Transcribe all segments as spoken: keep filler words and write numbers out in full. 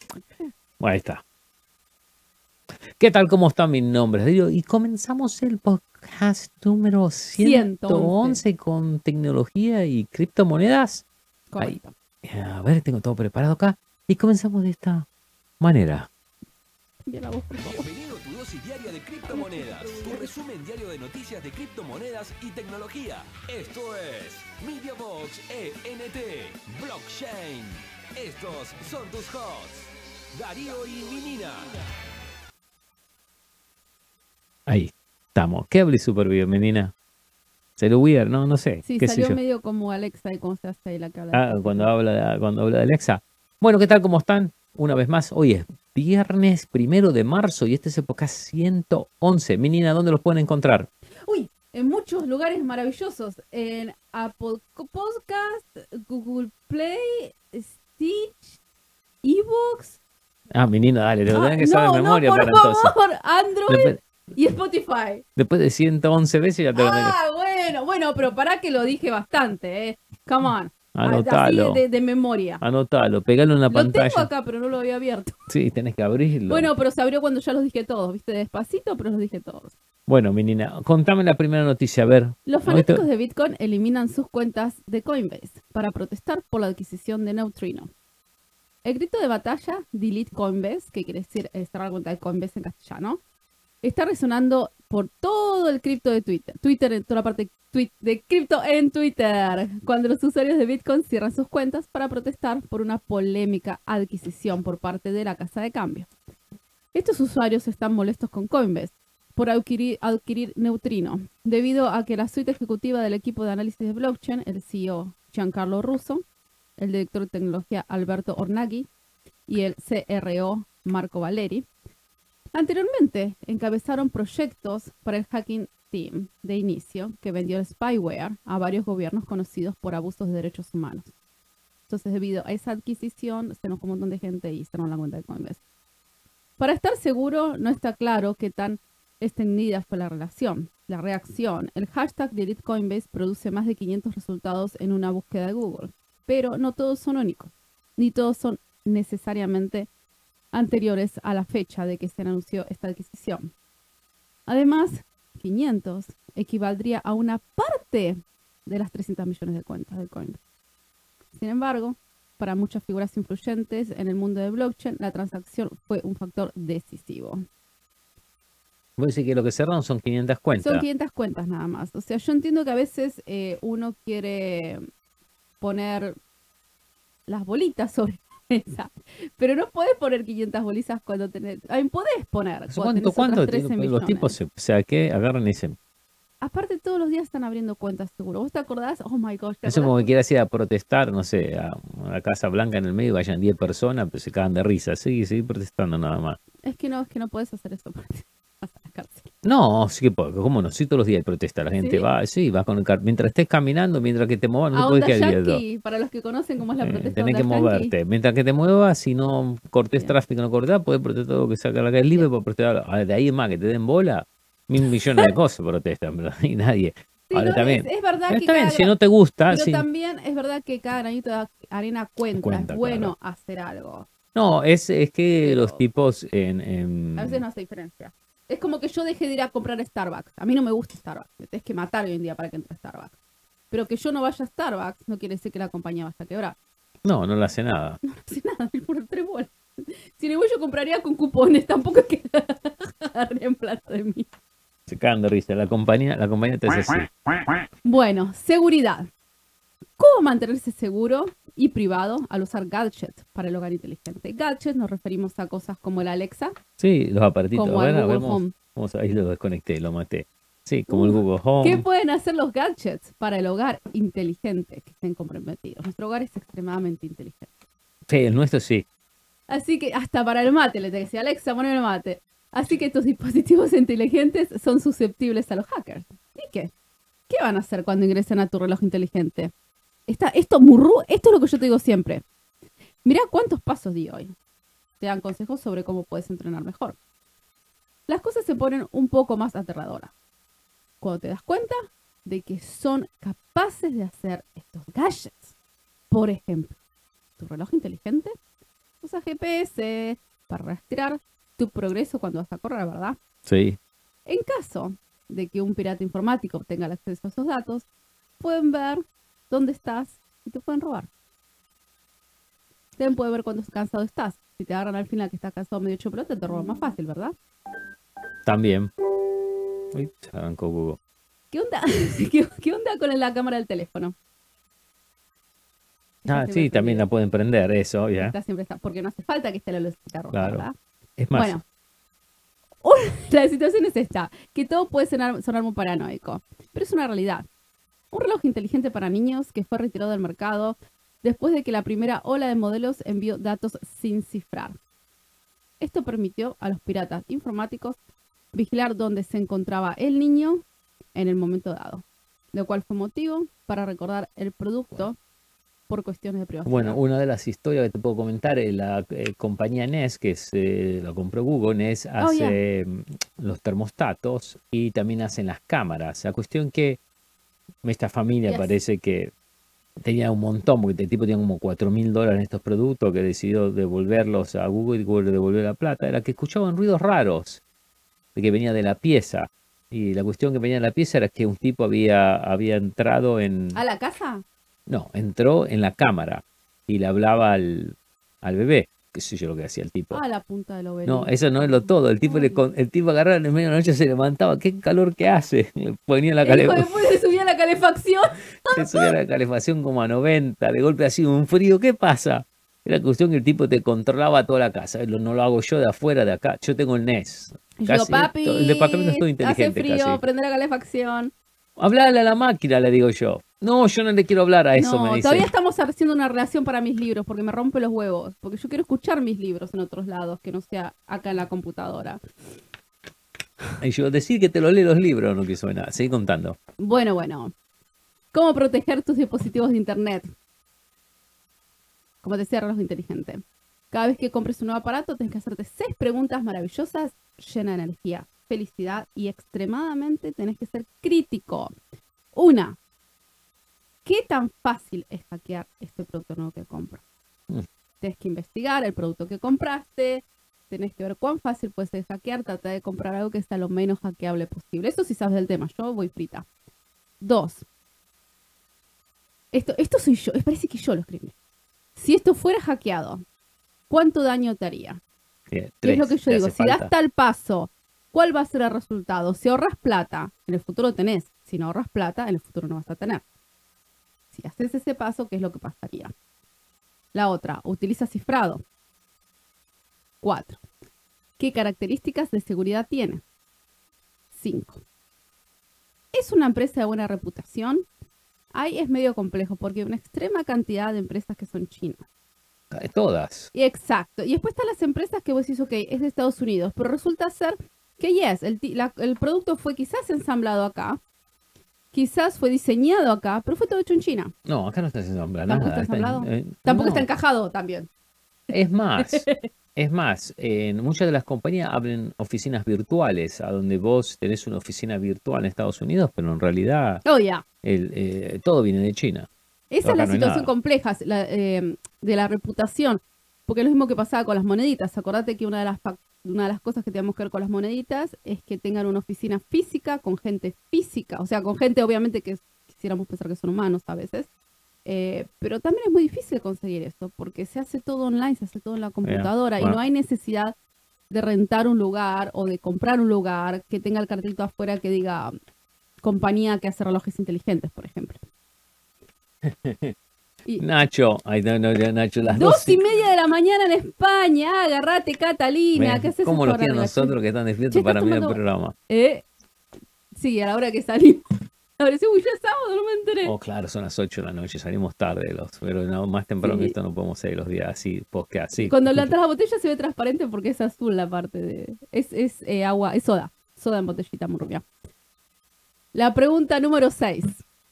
Bueno, ahí está. ¿Qué tal? ¿Cómo está? Mi nombre es Darío y comenzamos el podcast número ciento once con tecnología y criptomonedas. Ahí, Correcto. a ver, tengo todo preparado acá y comenzamos de esta manera. Cambia la voz, por favor. Bienvenido a tu dosis diaria de criptomonedas, tu resumen diario de noticias de criptomonedas y tecnología. Esto es MediaBox E N T Blockchain. Estos son tus hosts, Darío y Minina. Ahí estamos. ¿Qué hablé súper bien, menina? Cero weird, no, no sé. Sí, ¿Qué salió sé yo? medio como Alexa y cómo se hace ahí la que habla. Ah, cuando habla, de, cuando habla de Alexa. Bueno, ¿qué tal? ¿Cómo están? Una vez más, hoy es viernes primero de marzo y este es el podcast ciento once. Menina, ¿dónde los pueden encontrar? Uy, en muchos lugares maravillosos. En Apple Podcast, Google Play, Stitch, eBooks. Ah, menina, dale, te lo Ah, tenés que saber no, de memoria no, por para entonces. favor, Android Después, y Spotify. después de ciento once veces ya te lo tenés que... Ah, bueno, bueno, pero para que lo dije bastante, eh. Come on. Anotalo. Así de, de memoria. Anotalo, pegalo en la Lo pantalla. tengo acá, pero no lo había abierto. Sí, tenés que abrirlo. Bueno, pero se abrió cuando ya los dije todos, viste, despacito, pero los dije todos. Bueno, menina, contame la primera noticia, a ver. Los Ahorita- fanáticos de Bitcoin eliminan sus cuentas de Coinbase para protestar por la adquisición de Neutrino. El grito de batalla, Delete Coinbase, que quiere decir eh, cerrar la cuenta de Coinbase en castellano, está resonando por todo el cripto de Twitter. Twitter, en toda la parte tweet, de cripto en Twitter, cuando los usuarios de Bitcoin cierran sus cuentas para protestar por una polémica adquisición por parte de la casa de cambio. Estos usuarios están molestos con Coinbase por adquirir, adquirir Neutrino, debido a que la suite ejecutiva del equipo de análisis de blockchain, el C E O Giancarlo Russo, el director de tecnología Alberto Ornaghi y el C R O Marco Valeri, anteriormente encabezaron proyectos para el Hacking Team de inicio que vendió el spyware a varios gobiernos conocidos por abusos de derechos humanos. Entonces, debido a esa adquisición, se enojó un montón de gente y cerraron la cuenta de Coinbase. Para estar seguro, no está claro qué tan extendida fue la relación, la reacción. El hashtag Delete Coinbase produce más de quinientos resultados en una búsqueda de Google, pero no todos son únicos, ni todos son necesariamente anteriores a la fecha de que se anunció esta adquisición. Además, quinientos equivaldría a una parte de las trescientos millones de cuentas de Coinbase. Sin embargo, para muchas figuras influyentes en el mundo de blockchain, la transacción fue un factor decisivo. Vos decís que lo que cerraron son quinientas cuentas. Son quinientas cuentas nada más. O sea, yo entiendo que a veces eh, uno quiere poner las bolitas sobre esa, pero no podés poner quinientas bolizas cuando tenés... Ay, podés poner. ¿Cuánto, cuánto tiene, los tipos se, o sea, que agarran y dicen? Aparte, todos los días están abriendo cuentas, seguro. ¿Vos te acordás? Oh my gosh. Eso como que quieras ir a protestar, no sé, a una Casa Blanca en el medio, vayan diez personas, pero se cagan de risa. Sí, seguir protestando nada más. Es que no, es que no podés hacer eso porque vas a la cárcel. No, sí que puedo, ¿cómo no? Sí, todos los días hay protesta. La gente ¿Sí? va, sí, va con el car... Mientras estés caminando, mientras que te muevas, no a te puedes Onda quedar Yankee, para los que conocen cómo es la protesta eh, Tenés que Onda moverte. Yankee. Mientras que te muevas, si no cortes Bien. tráfico, no cortás, podés protestar todo lo que saca la calle libre, Bien. por protestar. Ah, de ahí es más, que te den bola, mil millones de cosas protestan, pero y nadie. Sí, Ahora no, también. es, es verdad que Está bien, cada si gra- no te gusta. Pero sí. también es verdad que cada granito de arena cuenta. Cuenta, es bueno claro. hacer algo. No, es, es que Pero- los tipos en, en- A veces no hace diferencia. Es como que yo dejé de ir a comprar Starbucks. A mí no me gusta Starbucks. Me tenés que matar hoy en día para que entre a Starbucks. Pero que yo no vaya a Starbucks no quiere decir que la compañía vaya a quebrar. No, no le hace nada. No hace nada, por tres bolas. Si no, yo compraría con cupones. Tampoco es que agarren plata de mí. Se cagan de risa. La compañía, la compañía te hace así. Bueno, seguridad. ¿Cómo mantenerse seguro y privado al usar gadgets para el hogar inteligente? Gadgets nos referimos a cosas como el Alexa, Sí, los aparatitos. como A el ver, Google vemos- Home. vamos a- ahí lo desconecté, lo maté. Sí, como el Uh, Google Home. ¿Qué pueden hacer los gadgets para el hogar inteligente que estén comprometidos? Nuestro hogar es extremadamente inteligente. Sí, el nuestro sí. Así que hasta para el mate le tengo que decir, Alexa, poneme el mate. Así que estos dispositivos inteligentes son susceptibles a los hackers. ¿Y qué? ¿Qué van a hacer cuando ingresen a tu reloj inteligente? Está, esto, murru, esto es lo que yo te digo siempre. Mirá cuántos pasos di hoy. Te dan consejos sobre cómo puedes entrenar mejor. Las cosas se ponen un poco más aterradoras cuando te das cuenta de que son capaces de hacer estos gadgets. Por ejemplo, tu reloj inteligente Usa G P S para rastrear tu progreso cuando vas a correr, ¿verdad? Sí. En caso de que un pirata informático obtenga el acceso a esos datos, pueden ver dónde estás y te pueden robar. También pueden ver cuánto cansado estás. Si te agarran al final que estás cansado medio hecho pelota, te roban más fácil, ¿verdad? También. Uy, se arrancó Google. ¿Qué onda? ¿Qué, qué onda con la cámara del teléfono? Ah, sí, también la pueden prender, eso, ya. Está siempre está, porque no hace falta que esté la lucecita roja, Claro. ¿verdad? Es más, Bueno, una- la situación es esta, que todo puede sonar, sonar muy paranoico, pero es una realidad. Un reloj inteligente para niños que fue retirado del mercado después de que la primera ola de modelos envió datos sin cifrar. Esto permitió a los piratas informáticos vigilar dónde se encontraba el niño en el momento dado, lo cual fue motivo para recordar el producto por cuestiones de privacidad. bueno, una de las historias que te puedo comentar es la eh, compañía Nest, que se la compró Google. Nest hace Oh, mm, los termostatos y también hacen las cámaras. La cuestión que esta familia Yes. parece que tenía un montón, porque el tipo tenía como cuatro mil dólares en estos productos, que decidió devolverlos a Google y Google le devolvió la plata. Era que escuchaban ruidos raros, de que venía de la pieza. Y la cuestión que venía de la pieza era que un tipo había, había entrado en... ¿A la casa? No, entró en la cámara y le hablaba al, al bebé. Qué sé yo lo que hacía el tipo. A la punta del obelisco. No, eso no es lo todo. El tipo, le, con- el tipo agarraba en medio de la noche, se levantaba. Qué calor que hace. Le ponía la, El hijo de calefacción, puta le subía la calefacción. le subía la calefacción como a noventa. De golpe así, un frío. ¿Qué pasa? Era cuestión que el tipo te controlaba toda la casa. Lo- No lo hago yo de afuera, de acá. Yo tengo el Nest. Y yo, Casi, papi, to- el departamento es todo hace inteligente frío, casi. prende la calefacción. Hablale a la máquina, le digo yo. No, yo no le quiero hablar a eso, No, me dice. todavía estamos haciendo una relación para mis libros porque me rompe los huevos. Porque yo quiero escuchar mis libros en otros lados que no sea acá en la computadora. Y yo, decir que te lo lee los libros, no quiso nada. Seguí contando. Bueno, bueno. ¿Cómo proteger tus dispositivos de internet? Como te decía, reloj inteligente. Cada vez que compres un nuevo aparato, tienes que hacerte seis preguntas maravillosas, llenas de energía, felicidad y extremadamente tenés que ser crítico. Una, ¿qué tan fácil es hackear este producto nuevo que compro? Mm. Tienes que investigar el producto que compraste, tenés que ver cuán fácil puede ser hackear, tratar de comprar algo que sea lo menos hackeable posible. Eso sí sabes del tema, yo voy frita. Dos, esto, esto soy yo, parece que yo lo escribí. Si esto fuera hackeado, ¿cuánto daño te haría? Bien, ¿Qué es lo que tres, yo ¿te digo? hace Si das falta? tal paso, ¿cuál va a ser el resultado? Si ahorras plata, en el futuro tenés. Si no ahorras plata, en el futuro no vas a tener. Si haces ese paso, ¿qué es lo que pasaría? La otra, utiliza cifrado. Cuatro, ¿qué características de seguridad tiene? Cinco, ¿es una empresa de buena reputación? Ahí es medio complejo porque hay una extrema cantidad de empresas que son chinas. Todas. Y exacto. Y después están las empresas que vos decís, ok, es de Estados Unidos, pero resulta ser que yes, el, ti- la- el producto fue quizás ensamblado acá, quizás fue diseñado acá, pero fue todo hecho en China. No, acá no está ensamblado ¿Tampoco nada. está está en- ensamblado? eh, Tampoco no. está encajado también. Es más, es más, en muchas de las compañías abren oficinas virtuales, a donde vos tenés una oficina virtual en Estados Unidos, pero en realidad Oh, ya. el, eh, todo viene de China. Esa es la Acá no hay situación nada. compleja la, eh, de la reputación. Porque es lo mismo que pasaba con las moneditas. Acordate que una de las fac- una de las cosas que tenemos que ver con las moneditas es que tengan una oficina física con gente física. O sea, con gente obviamente que quisiéramos pensar que son humanos a veces. Eh, pero también es muy difícil conseguir esto porque se hace todo online, se hace todo en la computadora y bueno. no hay necesidad de rentar un lugar o de comprar un lugar que tenga el cartelito afuera que diga compañía que hace relojes inteligentes, por ejemplo. Y Nacho, ay, no, no, ya, Nacho, las dos dos. y media de la mañana en España, agarrate Catalina, Ven, ¿qué haces ¿Cómo esta los hora quieren arriba? nosotros que están Che, despiertos estás para mirar el tomando- programa? Eh, sí, a la hora que salimos. Ahora sí, uy, ya es sábado, no me enteré. Oh, claro, son las ocho de la noche, salimos tarde, los, pero no, más temprano Sí. que esto no podemos seguir los días así, podcast, sí. Cuando levantas la botella se ve transparente porque es azul la parte de... Es, es eh, agua, es soda. Soda en botellita muy rubia. La pregunta número seis.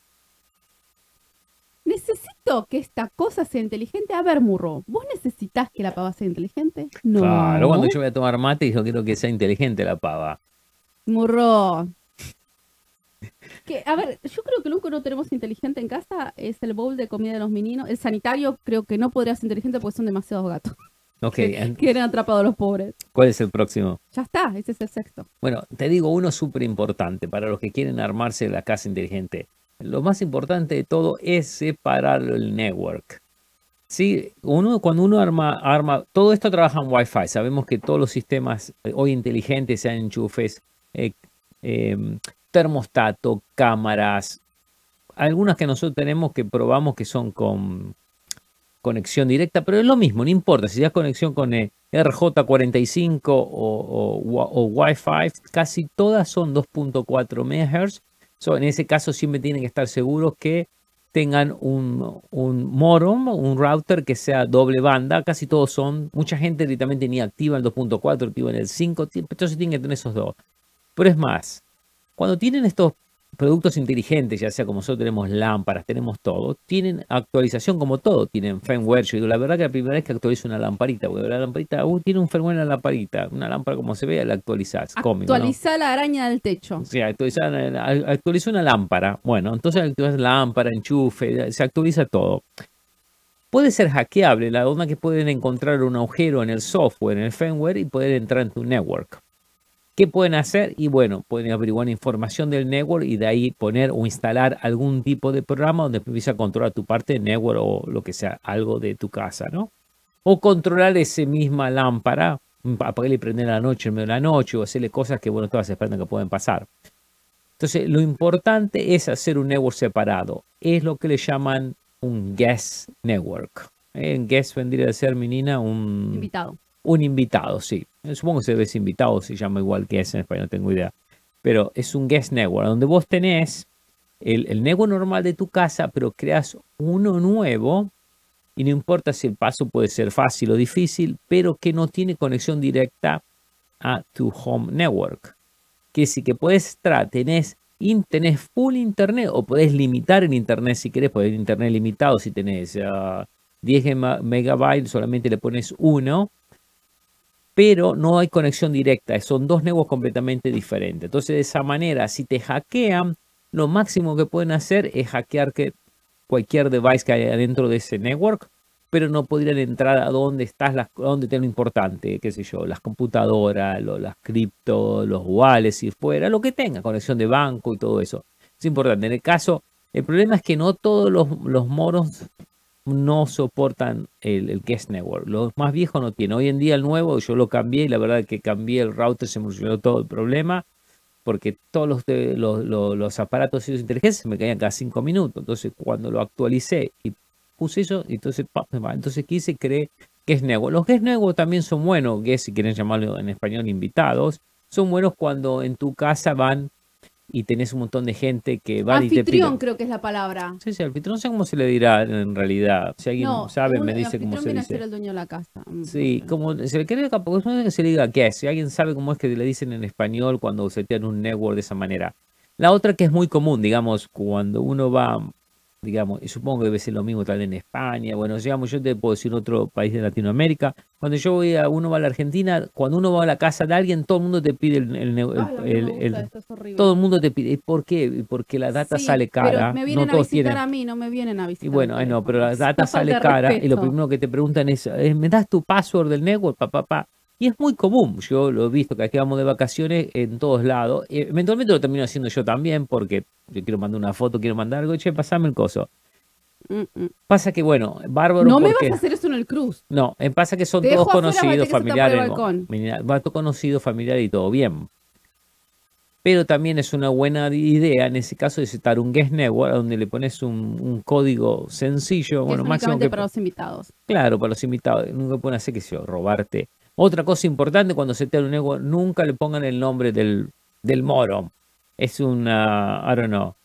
¿Necesito que esta cosa sea inteligente? A ver, Murro, ¿vos necesitas que la pava sea inteligente? No. Claro, cuando yo voy a tomar mate, yo quiero que sea inteligente la pava. Murro. Que, a ver, yo creo que lo único que no tenemos inteligente en casa es el bowl de comida de los meninos. El sanitario creo que no podría ser inteligente porque son demasiados gatos. Okay. Quieren atrapados los pobres. ¿Cuál es el próximo? Ya está, ese es el sexto. Bueno, te digo uno súper importante para los que quieren armarse la casa inteligente. Lo más importante de todo es separar el network. Sí, uno, cuando uno arma, arma, todo esto trabaja en Wi-Fi. Sabemos que todos los sistemas hoy inteligentes, sean enchufes, eh, eh, termostato, cámaras, algunas que nosotros tenemos que probamos que son con conexión directa, pero es lo mismo, no importa, si das conexión con eh, R J cuarenta y cinco o, o, o Wi-Fi, casi todas son dos punto cuatro megahertz. So, en ese caso siempre tienen que estar seguros que tengan un, un modem, un router que sea doble banda. Casi todos son, mucha gente directamente ni activa el dos punto cuatro, activa en el cinco, entonces tienen que tener esos dos. Pero es más, cuando tienen estos productos inteligentes, ya sea como nosotros tenemos lámparas, tenemos todo, tienen actualización como todo, tienen firmware. Yo digo, la verdad que la primera vez que actualizo una lamparita, porque la lamparita, uh, tiene un firmware en la lamparita, una lámpara como se ve, la actualizás. Actualizá, ¿no? La araña del techo. O sea, actualizar, actualiza una lámpara. Bueno, entonces actualizas lámpara, enchufe, se actualiza todo. Puede ser hackeable, la onda que pueden encontrar un agujero en el software, en el firmware y poder entrar en tu network. ¿Qué pueden hacer? Y bueno, pueden averiguar información del network y de ahí poner o instalar algún tipo de programa donde empieza a controlar tu parte de network o lo que sea, algo de tu casa, ¿no? O controlar esa misma lámpara, apagarle y prender a la noche, en medio de la noche, o hacerle cosas que, bueno, todas esperan que pueden pasar. Entonces, lo importante es hacer un network separado. Es lo que le llaman un guest network. ¿Eh? Guest vendría a ser, menina, un... Invitado. Un invitado, sí. Supongo que se debe invitado, se llama igual que es en español, no tengo idea. Pero es un guest network, donde vos tenés el, el network normal de tu casa, pero creas uno nuevo. Y no importa si el paso puede ser fácil o difícil, pero que no tiene conexión directa a tu home network. Que sí que puedes entrar, tenés, in, tenés full internet o podés limitar el internet si querés, podés internet limitado. Si tenés uh, diez megabytes, solamente le pones uno. Pero no hay conexión directa, son dos networks completamente diferentes. Entonces, de esa manera, si te hackean, lo máximo que pueden hacer es hackear que cualquier device que haya dentro de ese network, pero no podrían entrar a donde estás, las, donde está lo importante, qué sé yo, las computadoras, lo, las cripto, los wallets y fuera, lo que tenga, conexión de banco y todo eso. Es importante. En el caso, el problema es que no todos los, los moros no soportan el, el guest network. Los más viejos no tienen. Hoy en día el nuevo yo lo cambié y la verdad que cambié el router, se me solucionó todo el problema porque todos los, los, los, los aparatos inteligentes se me caían cada cinco minutos. Entonces cuando lo actualicé y puse eso, entonces, entonces quise creer guest network. Los guest network también son buenos, guest si quieren llamarlo en español invitados, son buenos cuando en tu casa van y tenés un montón de gente que va y te pide. Anfitrión creo que es la palabra. Sí, sí, anfitrión, no sé cómo se le dirá en realidad. Si alguien no, sabe, un, me dice cómo se viene dice. A ser el dueño de la casa. Sí, como se le cree que se le diga guest. Si alguien sabe cómo es que le dicen en español cuando se tiene un network de esa manera. La otra que es muy común, digamos, cuando uno va, digamos, y supongo que debe ser lo mismo tal en España, bueno, digamos, yo te puedo decir otro país de Latinoamérica, cuando yo voy a, uno va a la Argentina, cuando uno va a la casa de alguien, todo el mundo te pide el, el, el, Ay, el, el, el todo el mundo te pide, ¿por qué? Porque la data sí, sale cara. Pero me vienen no a todos visitar tienen... a mí, no me vienen a visitar. Y bueno, ay, no, pero la data sale cara respeto. Y lo primero que te preguntan es, ¿me das tu password del network? Pa, pa, pa. Y es muy común, yo lo he visto, que aquí vamos de vacaciones en todos lados. Y eventualmente lo termino haciendo yo también, porque yo quiero mandar una foto, quiero mandar algo, che, pasame el coso. Mm -mm. Pasa que, bueno, bárbaro. No me porque... vas a hacer eso en el cruise. No, pasa que son todos conocidos, familiares. Va todo conocido, familiar y todo bien. Pero también es una buena idea, en ese caso, de citar un guest network, donde le pones un, un código sencillo. Que bueno, es máximo que para los invitados. Claro, para los invitados. Nunca pueden hacer que se robarte. Otra cosa importante cuando se te un network, nunca le pongan el nombre del, del moro. Es una, I don't know,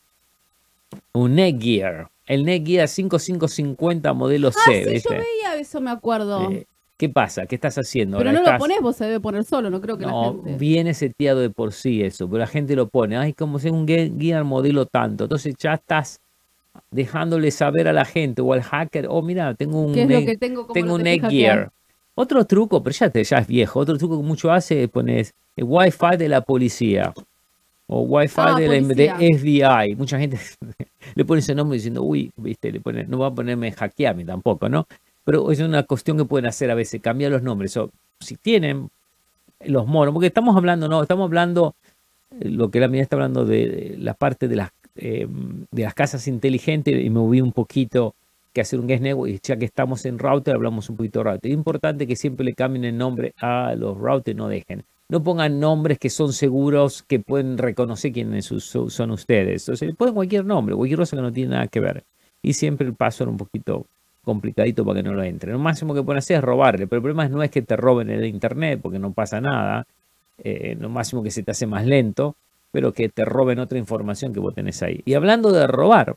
un Netgear. El Netgear cinco cinco cincuenta modelo C. Ah, sí, ¿viste? yo veía eso, me acuerdo. Eh, ¿Qué pasa? ¿Qué estás haciendo? Pero Ahora no estás... lo pones, vos se debe poner solo, no creo que no, la gente... viene seteado de por sí eso, pero la gente lo pone. Ay, como si es un Gear modelo tanto. Entonces ya estás dejándole saber a la gente o al hacker, oh, mira, tengo un, ¿Qué es lo que tengo, tengo un Netgear. Otro truco, pero ya, te, ya es viejo, otro truco que mucho hace es pones el Wi-Fi de la policía o Wi-Fi ah, de, la, de F B I. Mucha gente le pone ese nombre diciendo, uy, viste, le pone, no va a ponerme hackearme tampoco, ¿no? pero es una cuestión que pueden hacer a veces, cambiar los nombres. O si tienen los monos, porque estamos hablando, no, estamos hablando, lo que la mía está hablando de, de la parte de las, eh, de las casas inteligentes, y me moví un poquito que hacer un guest network, y ya que estamos en router, hablamos un poquito de router. Es importante que siempre le cambien el nombre a los routers, no dejen. No pongan nombres que son seguros, que pueden reconocer quiénes son ustedes. Entonces, ponen cualquier nombre, cualquier cosa que no tiene nada que ver. Y siempre el paso era un poquito complicadito para que no lo entre. Lo máximo que pueden hacer es robarle, pero el problema no es que te roben el internet, porque no pasa nada. Eh, lo máximo que se te hace más lento, pero que te roben otra información que vos tenés ahí. Y hablando de robar,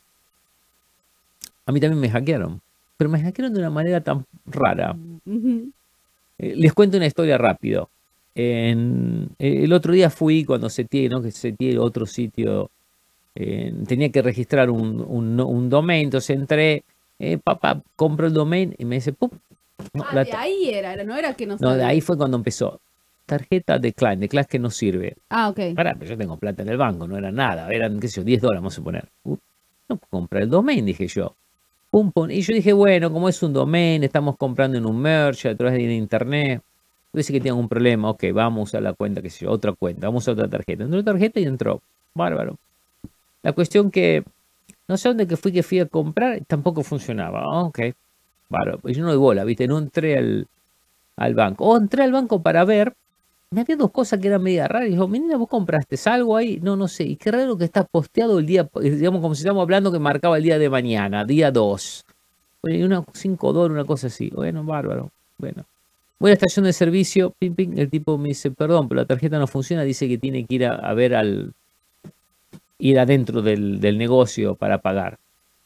a mí también me hackearon, pero me hackearon de una manera tan rara. Ujú. Eh, les cuento una historia rápido. En, eh, el otro día fui cuando seteé, ¿no? Que seteé otro sitio. Eh, tenía que registrar un, un, un domain, entonces entré, eh, papá, compro el domain y me dice, ¡pum! No, Ah, la de ta- ahí era, no era que no no, sabía. de ahí fue cuando empezó. Tarjeta de client, de clase que no sirve. Ah, ok. Pará, pero yo tengo plata en el banco, no era nada, eran, qué sé yo, diez dólares, vamos a suponer. Uh, no puedo comprar el domain, dije yo. Pum, pum. Y yo dije, bueno, como es un domain, estamos comprando en un merge a través de internet. Dice que tiene un problema, ok, vamos a usar la cuenta, qué sé yo, otra cuenta, vamos a usar otra tarjeta. Entró la tarjeta y entró. Bárbaro. La cuestión que, no sé dónde que fui que fui a comprar, tampoco funcionaba. Ah, ok, bárbaro. Pues yo no doy bola, ¿viste? No entré al, al banco. O entré al banco para ver. Me había dos cosas que eran media raras. Y dijo, menina, ¿vos compraste algo ahí? No, no sé. Y qué raro que está posteado el día, digamos, como si estamos hablando que marcaba el día de mañana, día dos. Y una cinco dólares, una cosa así. Bueno, bárbaro. Bueno. Voy a la estación de servicio, ping, ping, el tipo me dice, perdón, pero la tarjeta no funciona, dice que tiene que ir a, a ver al, ir adentro del, del negocio para pagar.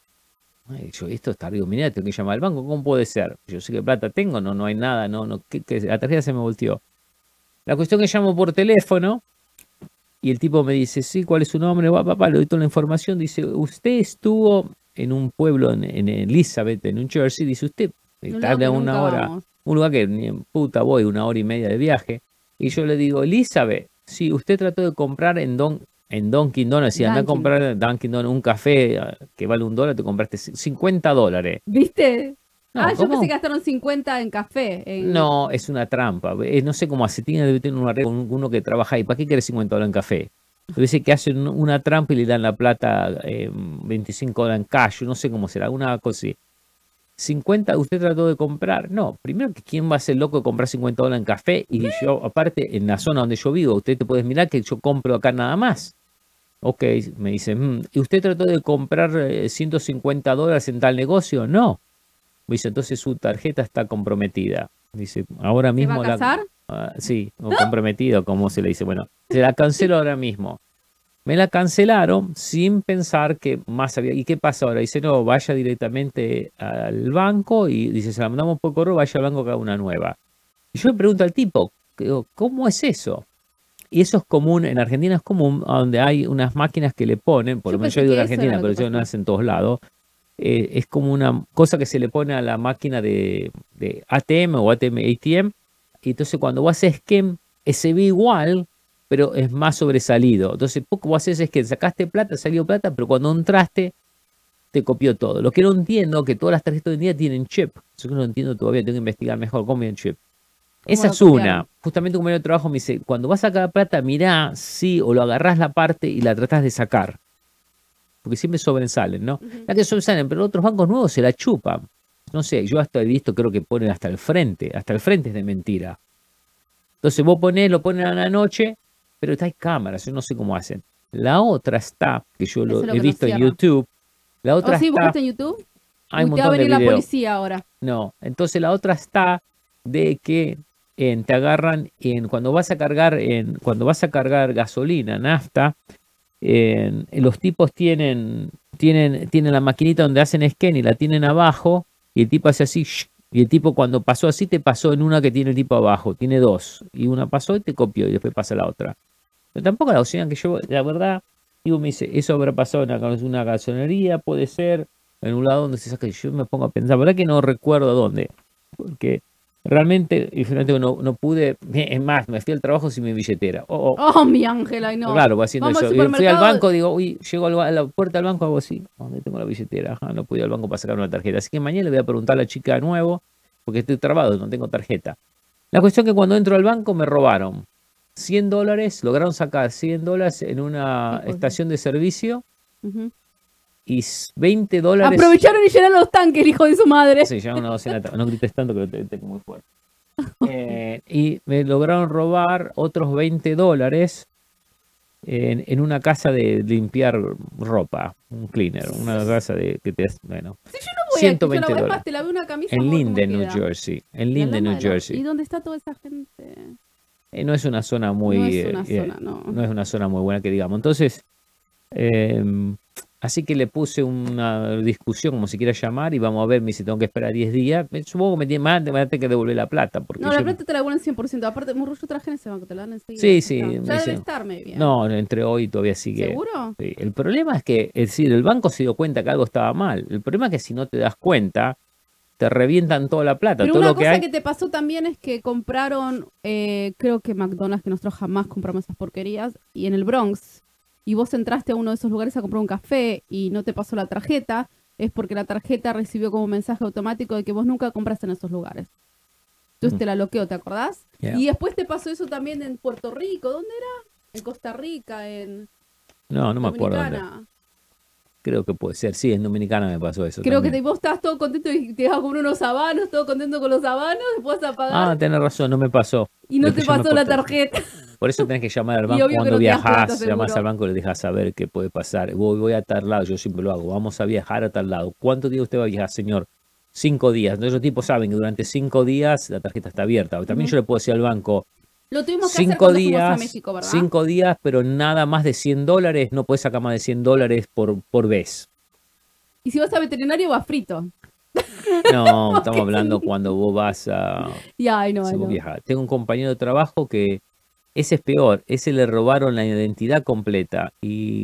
Ay, yo, esto está arriba, mirá, tengo que llamar al banco, ¿cómo puede ser? Yo sé que plata tengo, no, no hay nada, no, no, ¿qué, qué? La tarjeta se me volteó. La cuestión que llamo por teléfono y el tipo me dice, sí, ¿cuál es su nombre? Va, papá, le doy toda la información, dice, usted estuvo en un pueblo en, en Elizabeth, en New Jersey, dice, usted Un tarda lugar que una nunca hora. vamos. Un lugar que ni en puta voy, una hora y media de viaje. Y yo le digo, Elizabeth, si usted trató de comprar en Don en Dunkin' Donuts, si anda a Dunkin'. comprar en Dunkin' Donuts un café eh, que vale un dólar, te compraste cincuenta dólares. ¿Viste? No, ah, yo ¿cómo? pensé que gastaron cincuenta en café. en- No, es una trampa. Eh, no sé cómo hace. Tiene debe tener una red con uno que trabaja ahí. ¿Para qué quiere cincuenta dólares en café? Dice que hacen una trampa y le dan la plata eh, veinticinco dólares en cash. No sé cómo será. Una cosa así. cincuenta, ¿usted trató de comprar? No, primero que quién va a ser loco de comprar cincuenta dólares en café. Y yo, aparte, en la zona donde yo vivo, usted te puede mirar que yo compro acá nada más. Ok, me dice, "Mm, ¿y usted trató de comprar eh, ciento cincuenta dólares en tal negocio? No. Me dice, entonces su tarjeta está comprometida. Dice, ahora ¿Se mismo va a la... casar? Ah, sí, o comprometido, como se le dice. Bueno, se la cancelo ahora mismo. Me la cancelaron sin pensar que más había. ¿Y qué pasa ahora? Dice, no, vaya directamente al banco y dice, se la mandamos por correo, vaya al banco que haga una nueva. Y yo le pregunto al tipo, digo, ¿cómo es eso? Y eso es común, en Argentina es común, donde hay unas máquinas que le ponen, por Yo lo menos pensé yo digo que de eso era Argentina, lo pero que yo no pasó. hace en todos lados. Eh, es como una cosa que se le pone a la máquina de, de A T M o A T M, A T M, y entonces cuando vos haces scan, eh, se ve igual, pero es más sobresalido. Entonces, poco vos haces es que sacaste plata, salió plata, pero cuando entraste, te copió todo. Lo que no entiendo es que todas las tarjetas hoy en día tienen chip. Yo no entiendo todavía, tengo que investigar mejor cómo tienen chip. Esa lo es una. copiaron? Justamente un compañero de trabajo me dice, cuando vas a sacar plata, mirá, sí, o lo agarrás la parte y la tratás de sacar. Porque siempre sobresalen, ¿no? Ujú. La que sobresalen, pero otros bancos nuevos se la chupan. No sé, yo hasta he visto, creo que ponen hasta el frente. Hasta el frente es de mentira. Entonces vos ponés, lo ponen a la noche, pero está hay cámaras, yo no sé cómo hacen. La otra está, que yo lo Eso es lo he que visto nos en cierra. YouTube. La otra ¿O sí, está, buscaste en YouTube? hay un Uy, te va a montón de venir la videos. policía ahora. No, entonces la otra está de que en, te agarran en cuando vas a cargar en cuando vas a cargar gasolina, nafta, en, en los tipos tienen tienen tienen la maquinita donde hacen scan y la tienen abajo y el tipo hace así shh, y el tipo cuando pasó así te pasó en una que tiene el tipo abajo, tiene dos y una pasó y te copió y después pasa la otra. Pero tampoco la opción que yo, la verdad, digo, me dice, eso habrá pasado en una, una gasonería, puede ser, en un lado donde se saca, y yo me pongo a pensar, ¿verdad que no recuerdo dónde? Porque realmente, y finalmente no, no pude, es más, me fui al trabajo sin mi billetera. Oh, oh, Oh, mi ángel, ay no. claro, voy haciendo Vamos al eso. Y fui al supermercado. banco, digo, uy, llego al ba- a la puerta del banco, hago así, ¿dónde tengo la billetera? Ajá, no pude ir al banco para sacar una tarjeta. Así que mañana le voy a preguntar a la chica de nuevo, porque estoy trabado, no tengo tarjeta. La cuestión es que cuando entro al banco me robaron cien dólares, lograron sacar cien dólares en una estación de servicio uh-huh. y veinte dólares... Aprovecharon y llenaron los tanques, el hijo de su madre. Sí, llenaron una docena de... No grites tanto que te tengo muy fuerte. Eh, y me lograron robar otros veinte dólares en, en una casa de limpiar ropa, un cleaner, una casa de que te... Bueno, si yo no voy ciento veinte a, yo dólares. Más, te la veo una camisa en Linden, New Jersey. En Linden, New Jersey. ¿Y dónde está toda esa gente? Eh, no es una zona muy no es una, eh, zona, no. no es una zona muy buena que digamos. Entonces, eh, así que le puse una discusión, como se quiera llamar, y vamos a ver, me dice, tengo que esperar diez días. Supongo que me tiene más, me va a tener que devolver la plata. Porque no, la yo... plata te la devuelven cien por ciento. Aparte, Murro, yo traje en ese banco, te la dan enseguida. Sí, sí. Ya debe dice... estar, maybe. No, entre hoy todavía sigue. ¿Seguro? Sí. El problema es que, es decir, el banco se dio cuenta que algo estaba mal. El problema es que si no te das cuenta, te revientan toda la plata. Pero todo una lo que cosa hay... que te pasó también es que compraron, eh, creo que McDonald's, que nosotros jamás compramos esas porquerías, y en el Bronx, y vos entraste a uno de esos lugares a comprar un café y no te pasó la tarjeta, es porque la tarjeta recibió como mensaje automático de que vos nunca compraste en esos lugares. Entonces mm. te la bloqueó, ¿te acordás? Yeah. Y después te pasó eso también en Puerto Rico. ¿Dónde era? En Costa Rica, en... No, no me acuerdo dónde. Creo que puede ser, sí, en Dominicana me pasó eso. Creo también. que te, vos estabas todo contento y te ibas a comprar unos habanos, todo contento con los habanos, después a pagar. Ah, tenés razón, no me pasó. Y no te pasó la tarjeta. Por eso tenés que llamar al banco cuando no viajás, llamás al banco y le dejas saber qué puede pasar. Voy, voy a tal lado, yo siempre lo hago, vamos a viajar a tal lado. ¿Cuántos días usted va a viajar, señor? Cinco días. Entonces los tipos saben que durante cinco días la tarjeta está abierta. También uh-huh. yo le puedo decir al banco, lo tuvimos que cinco hacer días, fuimos a México, ¿verdad? Cinco días, pero nada más de cien dólares, no puedes sacar más de cien dólares por, por vez. Y si vas a veterinario, vas frito. No, estamos hablando sí. cuando vos vas a yeah, I know, si I vos know. viajar. Tengo un compañero de trabajo que ese es peor. Ese le robaron la identidad completa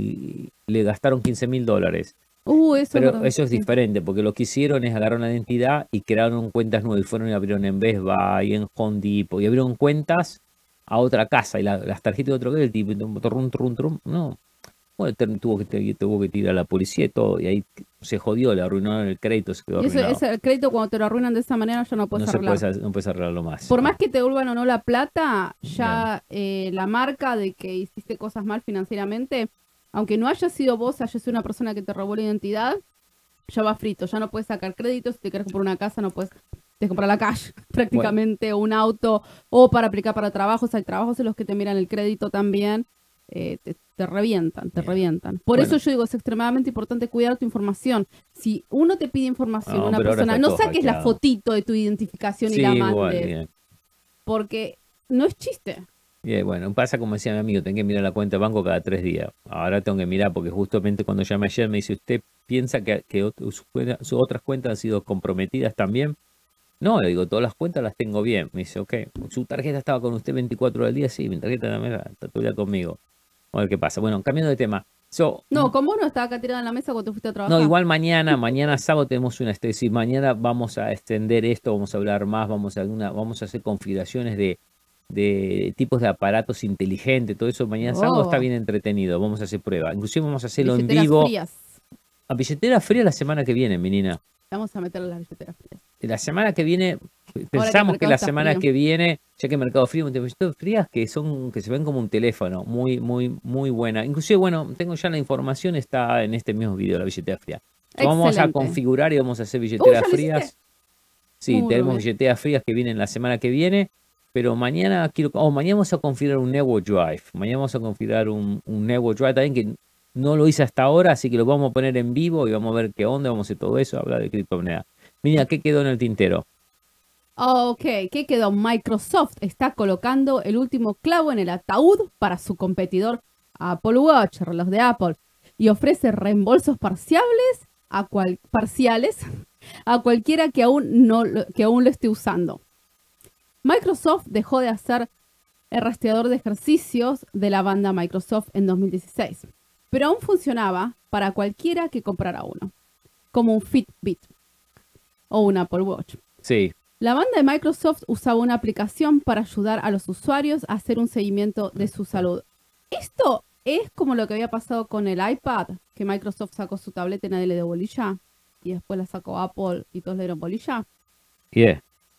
y le gastaron quince mil dólares. Uh, eso Pero no, eso es sí. diferente, porque lo que hicieron es agarrar la identidad y crearon cuentas nuevas. Y fueron y abrieron en Best Buy, en Home Depot, y abrieron cuentas a otra casa. Y la, las tarjetas de otro que el tipo, trum, trum, trum, no. Bueno, tuvo que, tuvo que tirar a la policía y todo, y ahí se jodió, le arruinaron el crédito, se quedó eso, arruinado. Ese, el crédito cuando te lo arruinan de esa manera ya no puedes no arreglarlo. Puede, no puedes arreglarlo más. Por más que te devuelvan o no la plata, ya eh, la marca de que hiciste cosas mal financieramente, aunque no haya sido vos, haya sido una persona que te robó la identidad, ya va frito, ya no puedes sacar créditos, si te quieres comprar una casa no puedes... Te comprar la cash, prácticamente, bueno. Un auto, o para aplicar para trabajos, hay trabajos en los que te miran el crédito también, eh, te, te revientan, te Bien. revientan. Por bueno. eso yo digo, es extremadamente importante cuidar tu información. Si uno te pide información, no, una persona, no saques hackeado. La fotito de tu identificación sí, y la mandes, igual, porque no es chiste. Yeah, bueno, pasa como decía mi amigo, tengo que mirar la cuenta de banco cada tres días. Ahora tengo que mirar porque justamente cuando llamé ayer me dice, ¿usted piensa que, que sus, sus otras cuentas han sido comprometidas también? No, le digo, todas las cuentas las tengo bien. Me dice, ok, su tarjeta estaba con usted veinticuatro horas al día. Sí, mi tarjeta también está todavía conmigo. A ver qué pasa. Bueno, cambiando de tema. So, no, con vos no estaba acá tirada en la mesa cuando fuiste a trabajar. No, igual mañana, mañana sábado tenemos una, es decir, mañana vamos a extender esto, vamos a hablar más, vamos a, una, vamos a hacer configuraciones de, de tipos de aparatos inteligentes, todo eso. Mañana oh. sábado está bien entretenido, vamos a hacer pruebas. Inclusive vamos a hacerlo en vivo. Frías. A billetera fría la semana que viene, menina. Vamos a meterle las billeteras frías. La semana que viene, pensamos que, que la semana frío. que viene, ya que Mercado Frío, billeteras frías que son, que se ven como un teléfono, muy, muy, muy buena. Inclusive, bueno, tengo ya la información, está en este mismo video, la billetera fría. Vamos a configurar y vamos a hacer billeteras uh, frías. Sí, muy tenemos bien. billeteras frías que vienen la semana que viene, pero mañana quiero, oh, mañana vamos a configurar un Network Drive. Mañana vamos a configurar un, un Network Drive también que no lo hice hasta ahora, así que lo vamos a poner en vivo y vamos a ver qué onda, vamos a hacer todo eso, hablar de criptomonedas. Mira, ¿qué quedó en el tintero? Ok, ¿qué quedó? Microsoft está colocando el último clavo en el ataúd para su competidor Apple Watch, reloj de Apple, y ofrece reembolsos parciales a, cual, parciales a cualquiera que aún, no, que aún lo esté usando. Microsoft dejó de hacer el rastreador de ejercicios de la banda Microsoft en dos mil dieciséis, pero aún funcionaba para cualquiera que comprara uno, como un Fitbit o un Apple Watch. Sí. La banda de Microsoft usaba una aplicación para ayudar a los usuarios a hacer un seguimiento de su salud. Esto es como lo que había pasado con el iPad, que Microsoft sacó su tableta y nadie le dio bolilla, y después la sacó Apple y todos le dieron bolilla. Yeah.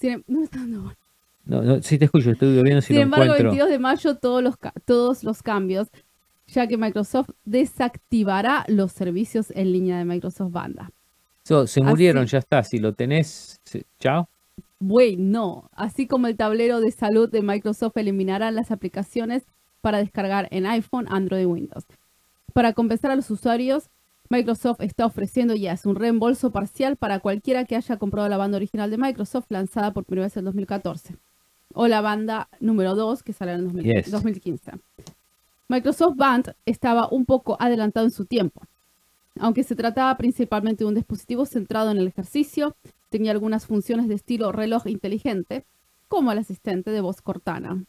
Sin, no me está dando bola. No, no, sí te escucho, estoy viendo si Sin lo embargo, el encuentro. veintidós de mayo todos los, todos los cambios, ya que Microsoft desactivará los servicios en línea de Microsoft Banda. So, se murieron, Así, ya está. Si lo tenés, se, chao. Bueno, así como el tablero de salud de Microsoft eliminará las aplicaciones para descargar en iPhone, Android y Windows. Para compensar a los usuarios, Microsoft está ofreciendo ya un reembolso parcial para cualquiera que haya comprado la banda original de Microsoft, lanzada por primera vez en dos mil catorce. O la banda número dos, que sale en dos mil, Yes. dos mil quince. Microsoft Band estaba un poco adelantado en su tiempo. Aunque se trataba principalmente de un dispositivo centrado en el ejercicio, tenía algunas funciones de estilo reloj inteligente, como el asistente de voz Cortana,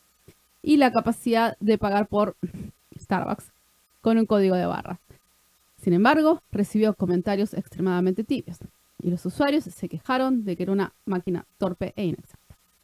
y la capacidad de pagar por Starbucks con un código de barras. Sin embargo, recibió comentarios extremadamente tibios, y los usuarios se quejaron de que era una máquina torpe e inexacta.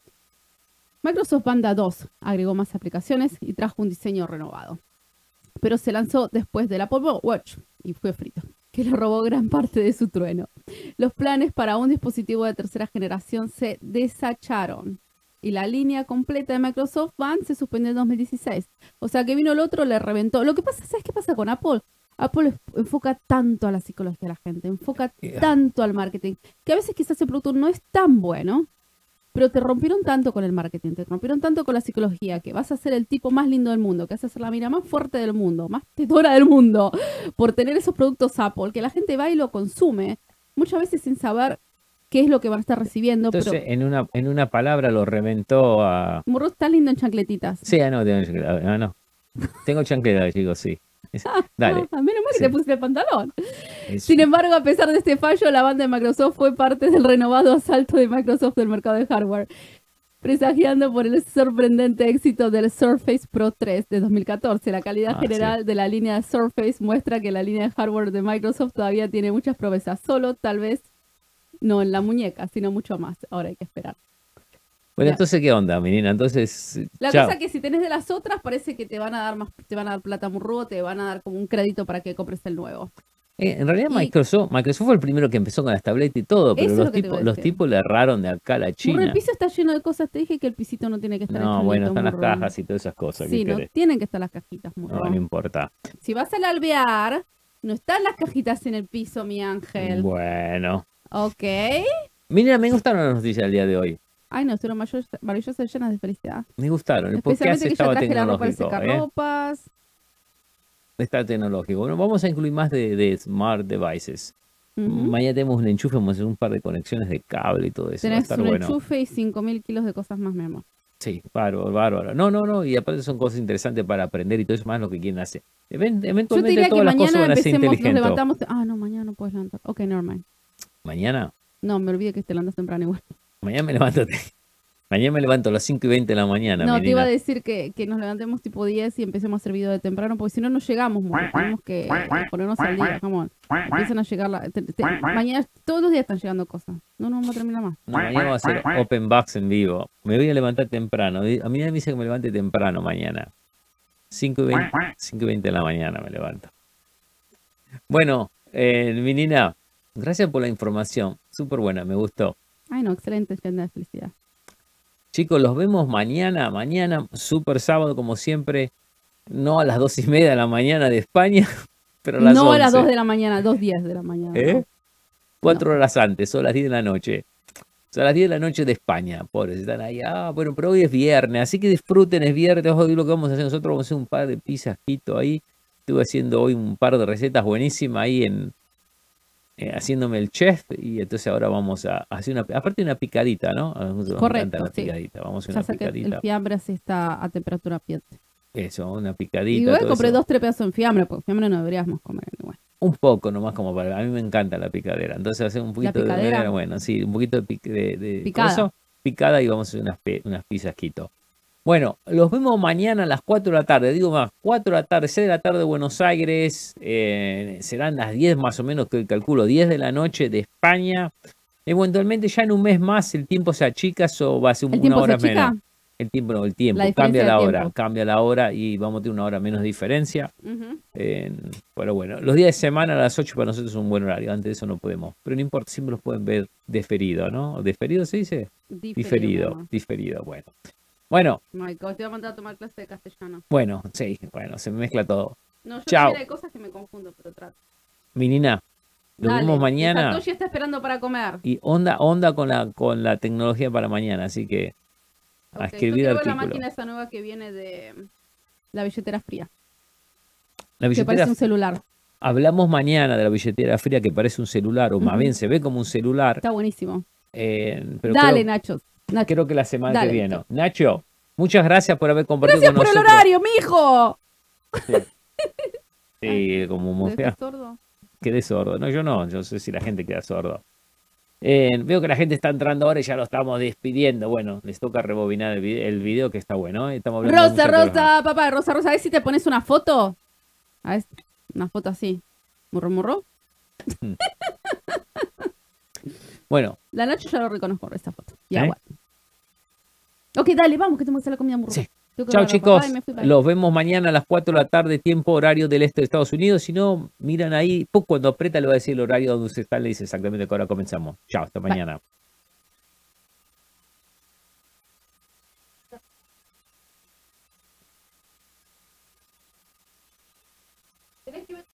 Microsoft Banda dos agregó más aplicaciones y trajo un diseño renovado, pero se lanzó después del Apple Watch y fue frito, que le robó gran parte de su trueno. Los planes para un dispositivo de tercera generación se desacharon y la línea completa de Microsoft Band se suspendió en dos mil dieciséis. O sea que vino el otro, le reventó. Lo que pasa, ¿sabes qué pasa con Apple? Apple enfoca tanto a la psicología de la gente, enfoca Yeah. tanto al marketing, que a veces quizás el producto no es tan bueno, pero te rompieron tanto con el marketing, te rompieron tanto con la psicología, que vas a ser el tipo más lindo del mundo, que vas a ser la mina más fuerte del mundo, más tetora del mundo, por tener esos productos Apple, que la gente va y lo consume, muchas veces sin saber qué es lo que van a estar recibiendo. Entonces, pero en una en una palabra lo reventó a... Murro está lindo en chancletitas. Sí, ah, no, tengo chancleta. Ah, no. Tengo chancleta, chicos, sí. Es- Dale. Ah, menos mal que Sí. te pusiste el pantalón. Es- Sin embargo, a pesar de este fallo, la banda de Microsoft fue parte del renovado asalto de Microsoft del mercado de hardware, presagiando por el sorprendente éxito del Surface Pro tres de dos mil catorce. La calidad Ah, general sí. de la línea Surface muestra que la línea de hardware de Microsoft todavía tiene muchas promesas, solo tal vez no en la muñeca, sino mucho más. Ahora hay que esperar. Bueno, Ya. entonces, ¿qué onda, menina? Entonces, La chao. cosa que si tenés de las otras, parece que te van a dar más, te van a dar plata murrudo, te van a dar como un crédito para que compres el nuevo. Eh, en realidad Y- Microsoft, Microsoft fue el primero que empezó con las tabletas y todo, pero Eso es los lo que te tipos, iba a los decir. tipos le erraron de acá a la Murro, China. el piso está lleno de cosas. Te dije que el pisito no tiene que estar No, hecho bueno, bonito, están las Murro. cajas y todas esas cosas. Sí, ¿qué no querés? tienen que estar las cajitas, Murro. No, no importa. Si vas al alvear, no están las cajitas en el piso, mi ángel. Bueno. Ok. Mira, me gustaron las noticias del día de hoy. Ay, no, estuvieron mayor- maravillosas, llenas de felicidad. Me gustaron. El podcast Especialmente que ya estaba traje la ropa de tecnológico. ¿eh? secarropas. Está tecnológico. Bueno, vamos a incluir más de, de smart devices. Ujú. Mañana tenemos un enchufe, vamos a hacer un par de conexiones de cable y todo eso. Va a Tenés estar un bueno. enchufe y cinco mil kilos de cosas más, mi amor. Sí, bárbaro, bárbaro. No, no, no. Y aparte son cosas interesantes para aprender y todo eso más lo que quieren hacer. Even- Yo eventualmente te diría que todas las cosas mañana van a ser empecemos, nos inteligentes. levantamos. Ah, no, mañana no puedes levantar. Ok, never mind. Mañana, No, me olvidé que te levantas temprano igual. mañana me levanto. Mañana me levanto a las cinco y veinte de la mañana. No, mi te iba a nena. decir que, que nos levantemos tipo diez y empecemos a hacer video de temprano, porque si no, no llegamos, mujer. Tenemos que ponernos al día, come on. Empiezan a llegar la... te- te- mañana, todos los días están llegando cosas. No, no vamos a terminar más. No, mañana vamos a hacer open box en vivo. Me voy a levantar temprano. A mí nadie me dice que me levante temprano mañana. cinco y veinte, cinco y veinte de la mañana me levanto. Bueno, eh, mi nina, gracias por la información. Súper buena, me gustó. Ay, no, excelente, llena de felicidad. Chicos, los vemos mañana. Mañana, súper sábado, como siempre. No a las dos y media de la mañana de España, pero a las No a las once. dos de la mañana, dos diez de la mañana. ¿Eh? ¿no? Cuatro horas antes, son las diez de la noche. Son las diez de la noche de España, pobres, están ahí. Ah, bueno, pero hoy es viernes, así que disfruten, es viernes. Hoy lo que vamos a hacer nosotros, vamos a hacer un par de pizzajito ahí. Estuve haciendo hoy un par de recetas buenísimas ahí en eh, haciéndome el chef. Y entonces ahora vamos a hacer una, aparte una picadita, ¿no? A nosotros nos Correcto, encanta la sí. picadita. Vamos a hacer Ya una sé que picadita. el fiambre así está a temperatura ambiente. Eso, una Y picadita. igual todo compré eso. dos, tres pedazos en fiambre, porque fiambre no deberíamos comer igual. Un poco nomás como para... A mí me encanta la picadera. Entonces hacer un poquito picadera? de... Bueno, sí, un poquito de, pic- de, de Picada. coso, picada y vamos a hacer unas, pe- unas pizzas quito. Bueno, los vemos mañana a las cuatro de la tarde. Digo más, cuatro de la tarde, seis de la tarde de Buenos Aires. eh, serán las diez más o menos, que calculo, diez de la noche de España. Eventualmente ya en un mes más el tiempo se achica o va a ser ¿El una tiempo se hora achica? menos. El tiempo no, el tiempo. La diferencia Cambia la de hora, tiempo. cambia la hora y vamos a tener una hora menos de diferencia. Ujú. Eh, pero bueno, los días de semana a las ocho para nosotros es un buen horario. Antes de eso no podemos. Pero no importa, siempre los pueden ver diferido, ¿no? ¿Diferido se dice? Diferido, Diferido, mi amor. diferido. Bueno. Bueno, Michael, te voy a mandar a tomar clase de castellano. bueno, sí, bueno, se me mezcla todo. No, yo Chao. también hay cosas que me confundo, pero trato. Mi Nina, nos Dale, vemos que mañana. Satoshi está esperando para comer. Y onda, onda con la, con la tecnología para mañana, así que a Ok, escribir yo quiero ver la artículo. máquina esa nueva que viene de la billetera fría. La Que billetera, parece un celular. hablamos mañana de la billetera fría que parece un celular, o más Ujú. bien se ve como un celular. Está buenísimo. eh, pero Dale, creo, Nacho. Nacho. creo que la semana Dale, que viene. Nacho. Nacho, muchas gracias por haber compartido Gracias con por el nosotros. horario, mijo. Sí, como ¿Te mofea. dejas sordo? Quedé sordo. No, yo no. Yo no sé si la gente queda sordo. Eh, veo que la gente está entrando ahora y ya lo estamos despidiendo. Bueno, les toca rebobinar el video, el video que está bueno. ¿eh? Estamos hablando de Rosa, mucha tecnología. Rosa, papá, Rosa, Rosa, a ver si te pones una foto. A ver, una foto así. Murro, murro. Bueno, La Nacho ya lo reconozco por esta foto. Y ¿Eh? agua. Ok, dale, vamos, que tengo que hacer la comida murro. Sí. Tengo que chao lavar ropa. chicos. Bye, me fui, bye. Los vemos mañana a las cuatro de la tarde, tiempo horario del este de Estados Unidos. Si no, miran ahí. Pues cuando aprieta le va a decir el horario donde usted está, le dice exactamente que ahora comenzamos. Chao, hasta Bye. mañana.